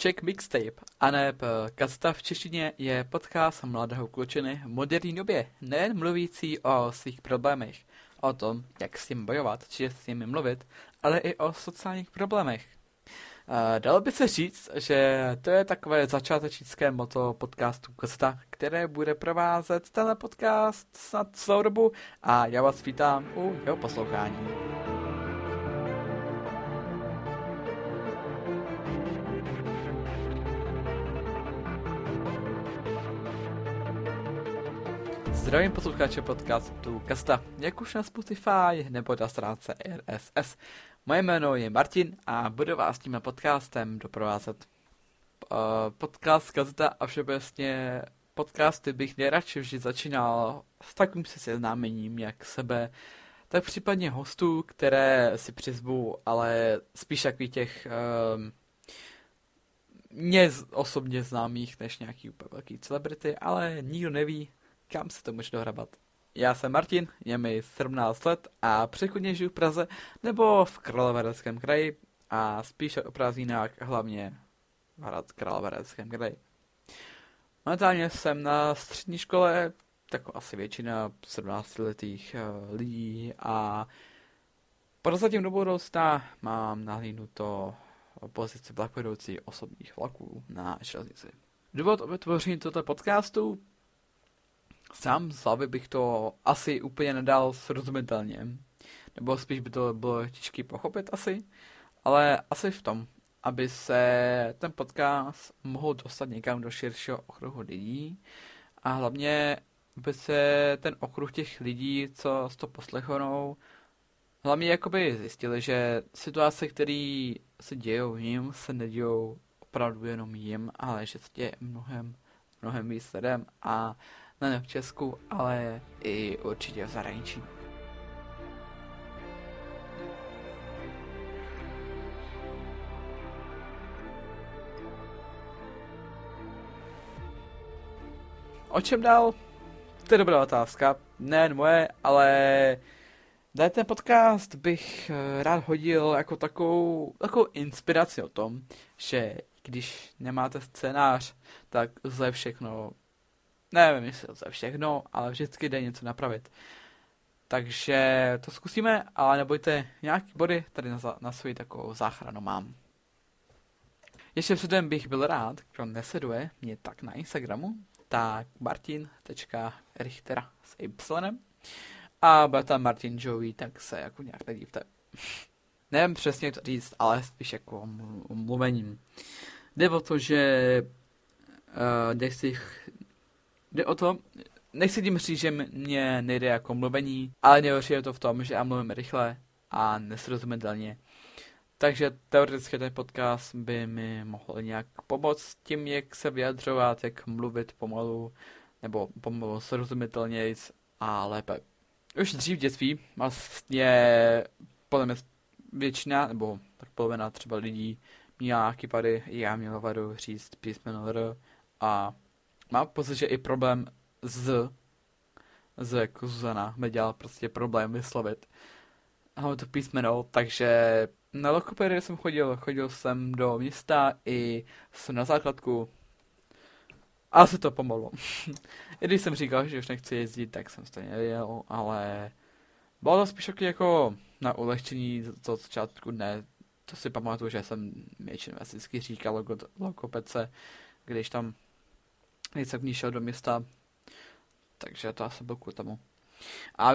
Czech Mixtape, aneb Kasta v češtině, je podcast mladého klučiny v moderní době, nejen mluvící o svých problémech, o tom, jak s tím bojovat, či s nimi mluvit, ale i o sociálních problémech. Dalo by se říct, že to je takové začátečnické motto podcastu Kasta, které bude provázet tenhle podcast snad celou dobu a já vás vítám u jeho poslouchání. Zdravím posluchače podcastu Kasta, jak už na Spotify nebo na stránce RSS. Moje jméno je Martin a budu vás tímhle podcastem doprovázet. Podcast Kasta a všeobecně podcasty bych nejradši vždy začínal s takovým seznámením jak sebe, tak případně hostů, které si přizvu, ale spíš takových těch mě osobně známých než nějaký úplně velký celebrity, ale nikdo neví, kam se to může dohrabat. Já jsem Martin, je mi 17 let a přechodně žiju v Praze nebo v Královéhradeckém kraji a spíše o prázdninách hlavně v Královéhradeckém kraji. Momentálně jsem na střední škole, jako asi většina 17letých lidí a prozatím do budoucna mám nahlídnuto pozici vlakvedoucí osobních vlaků na železnici. Důvod o vytvoření tohoto podcastu: sám z hlavy bych to asi úplně nedal srozumitelně, nebo spíš by to bylo těžké pochopit asi, ale asi v tom, aby se ten podcast mohl dostat někam do širšího okruhu lidí a hlavně by se ten okruh těch lidí, co to poslechnou, hlavně jakoby zjistili, že situace, které se dějou jim, se nedějou opravdu jenom jim, ale že se děje mnohem víc lidem a ne v Česku, ale i určitě v zahraničí. O čem dál? To je dobrá otázka. Nejen moje, ale ten podcast bych rád hodil jako takovou inspiraci o tom, že když nemáte scénář, tak lze všechno, nevím, jestli lze všechno, ale vždycky jde něco napravit. Takže to zkusíme, ale nebojte, nějaký body tady na svoji takovou záchranu mám. Ještě předem bych byl rád, kdo nesleduje mě tak na Instagramu, tak martin.richtera s Y a bude tam Martin Joey, tak se jako nějak nedívte. Nevím přesně to říct, ale spíš jako mluvením. Jde o to, že nechci tím říct, že mě nejde jako mluvení, ale nejhorší je to v tom, že já mluvím rychle a nesrozumitelně. Takže teoreticky ten podcast by mi mohl nějak pomoct tím, jak se vyjadřovat, jak mluvit pomalu, nebo pomalu srozumitelněji a lépe. Už dřív v dětství vlastně podle mě většina, nebo tak polovina třeba lidí měla nějaký pady, já měl vadu říct písmeno R a mám pocit, že i problém z jako Zuzana mi dělal prostě problém vyslovit to písmeno, takže na logopedii jsem chodil jsem do města i jsem na základku a se to pomohlo. I když jsem říkal, že už nechci jezdit, tak jsem stejně nejel, ale bylo to spíš jako na ulehčení toho začátku dne. To si pamatuju, že jsem většinou vždycky říkal logopedce, když tam jsem k ní šel do města, takže to asi bylo kvůli tomu. A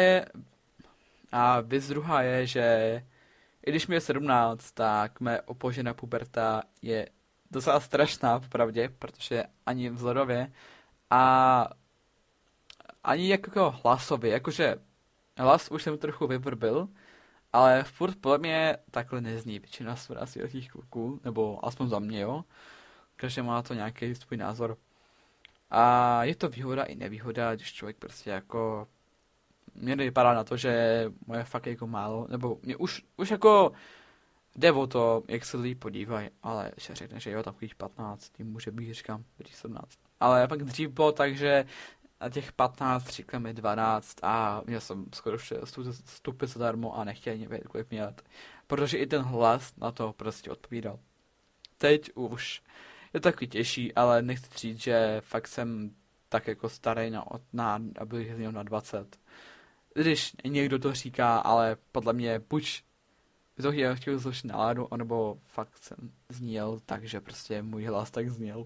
věc druhá je, že i když mi je 17, tak mé opožděná puberta je docela strašná popravdě, protože ani vzhledově a ani jako hlasově, jakože hlas už jsem trochu vyvrbil, ale furt podle mě takhle nezní většina svých kluků, nebo aspoň za mě, jo. Každý má to nějaký svůj názor. A je to výhoda i nevýhoda, když člověk prostě jako mě nevypadá na to, že moje fakt jako málo, nebo mě už jako jde o to, jak se lidi podívají, ale ještě řekne, že jo, takových 15, tím může být, říkám, 17. Ale pak dřív bylo tak, že na těch 15 říkali mi 12 a měl jsem skoro vstupy zadarmo a nechtěl mě vědět, kolik mě let. Protože i ten hlas na to prostě odpovídal. teď už je to takový těžší, ale nechci říct, že fakt jsem tak jako starý abych zněl na 20. Když někdo to říká, ale podle mě buď to chtěl zlepšit náladu, anebo fakt jsem zněl tak, že prostě můj hlas tak zněl.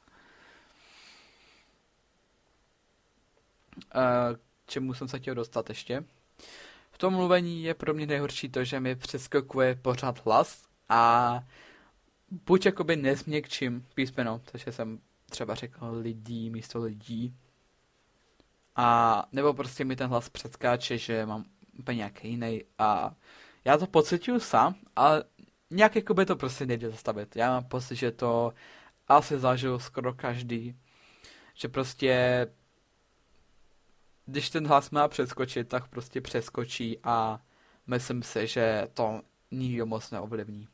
K čemu jsem se chtěl dostat ještě? V tom mluvení je pro mě nejhorší to, že mi přeskakuje pořád hlas a buď jakoby nezměkčím písmeno, takže jsem třeba řekl lidí místo lidí, a nebo prostě mi ten hlas přeskáče, že mám úplně nějaký jiný a já to pocituju sám, ale nějak jakoby to prostě nejde zastavit. Já mám pocit, že to asi zažil skoro každý, že prostě když ten hlas má přeskočit, tak prostě přeskočí a myslím si, že to nikdo moc neovlivní.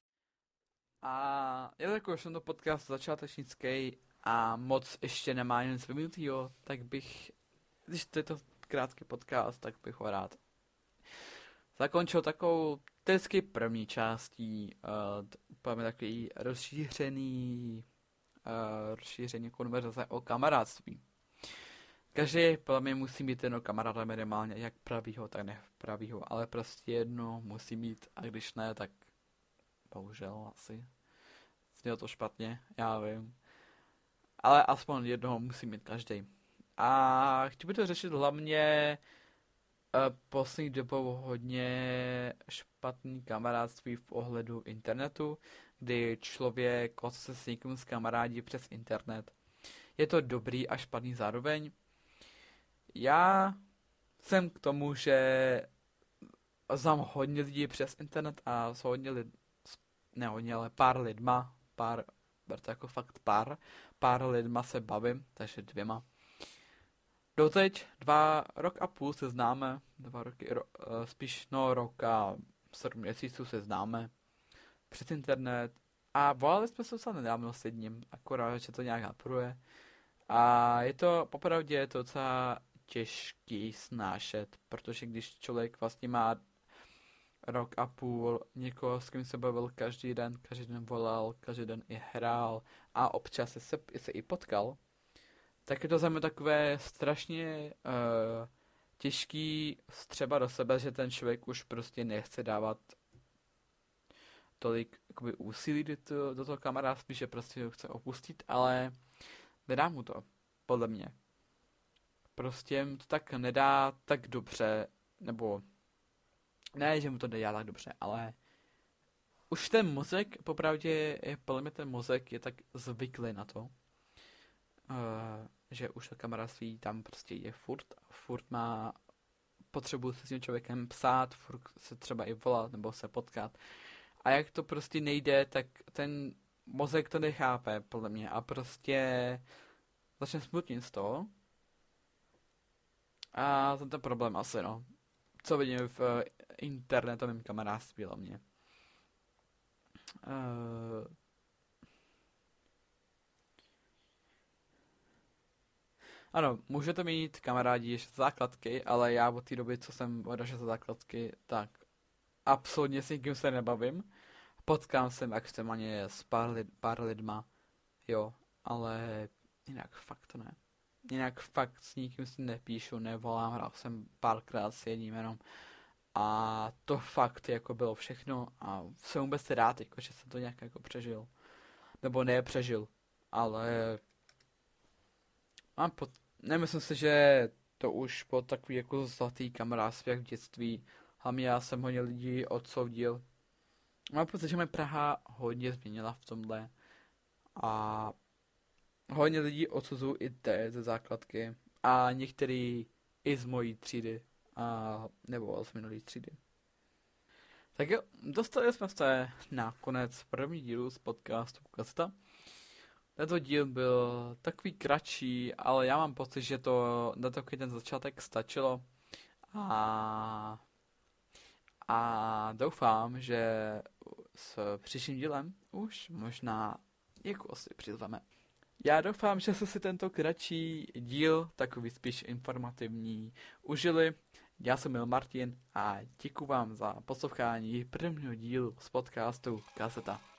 A jelikož jsem to podcast začátečnický a moc ještě nemá nic vyvinutýho, tak bych, když to je to krátký podcast, tak bych ho rád zakončil takovou vždycky první částí, úplně takový rozšířený konverzace o kamarádství. Každý podle mě musí mít jedno kamaráda minimálně, jak pravýho, tak nepravýho, ale prostě jedno musí mít a když ne, tak bohužel asi. Znělo to špatně, já vím. Ale aspoň jednoho musí mít každý. A chtěl bych to řešit hlavně poslední dobou hodně špatný kamarádství v ohledu internetu, kdy člověk se s někým zkamarádí přes internet. Je to dobrý a špatný zároveň. Já jsem k tomu, že znám hodně lidí přes internet a s hodně ne hodně, ale pár lidma, berte jako fakt pár lidma se bavím, takže 2. Doteď 2,5 roky se známe, 2 roky, spíš rok a 7 měsíců se známe přes internet a volali jsme se docela nedávno s jedním, akorát, že to nějak napruje. A je to, popravdě je to docela těžký snášet, protože když člověk vlastně má 1,5 roku někoho, s kým se bavil každý den volal, každý den i hrál a občas se i potkal, tak je to za mě takové strašně těžký vstřeba do sebe, že ten člověk už prostě nechce dávat tolik jakoby úsilí do toho kamarádství, že prostě ho chce opustit, ale nedá mu to, podle mě. Prostě mu to tak nedá tak dobře, nebo ne, že mu to nedá tak dobře, ale už ten mozek, popravdě, podle mě ten mozek je tak zvyklý na to, že už to kamarádství tam prostě je furt má potřebu se s tím člověkem psát, furt se třeba i volat nebo se potkat. A jak to prostě nejde, tak ten mozek to nechápe, podle mě, a prostě začne smutnit z toho. A to ten problém asi, co vidím v internetovém kamarádství hlavně. Ano, můžete mít kamarádi ještě základky, ale já od té doby, co jsem odešel za základky, tak absolutně s nikým se nebavím. Potkám se maximálně s pár lidma, jo, ale jinak fakt ne. Jinak fakt s nikým si nepíšu, nevolám, hrál jsem párkrát s jedním jenom. A to fakt jako bylo všechno a jsem vůbec rád, jako, že jsem to nějak jako přežil. Nebo nepřežil, ale nemyslím si, že to už po takový jako zlatý kamarádství jak v dětství. Hlavně já jsem hodně lidí odsoudil. Mám pocit, že mě Praha hodně změnila v tomhle. A hodně lidí odsuzují i ze základky. A některý i z mojí třídy. Nebo z minulý třídy. Tak jo, dostali jsme se na konec první dílu z podcastu Kaseta. Tento díl byl takový kratší, ale já mám pocit, že to na takový ten začátek stačilo. A doufám, že s příštím dílem už možná někoho si přizveme. Já doufám, že jste si tento kratší díl, takový spíš informativní, užili. Já jsem byl Martin a děkuji vám za poslouchání prvního dílu z podcastu Kaseta.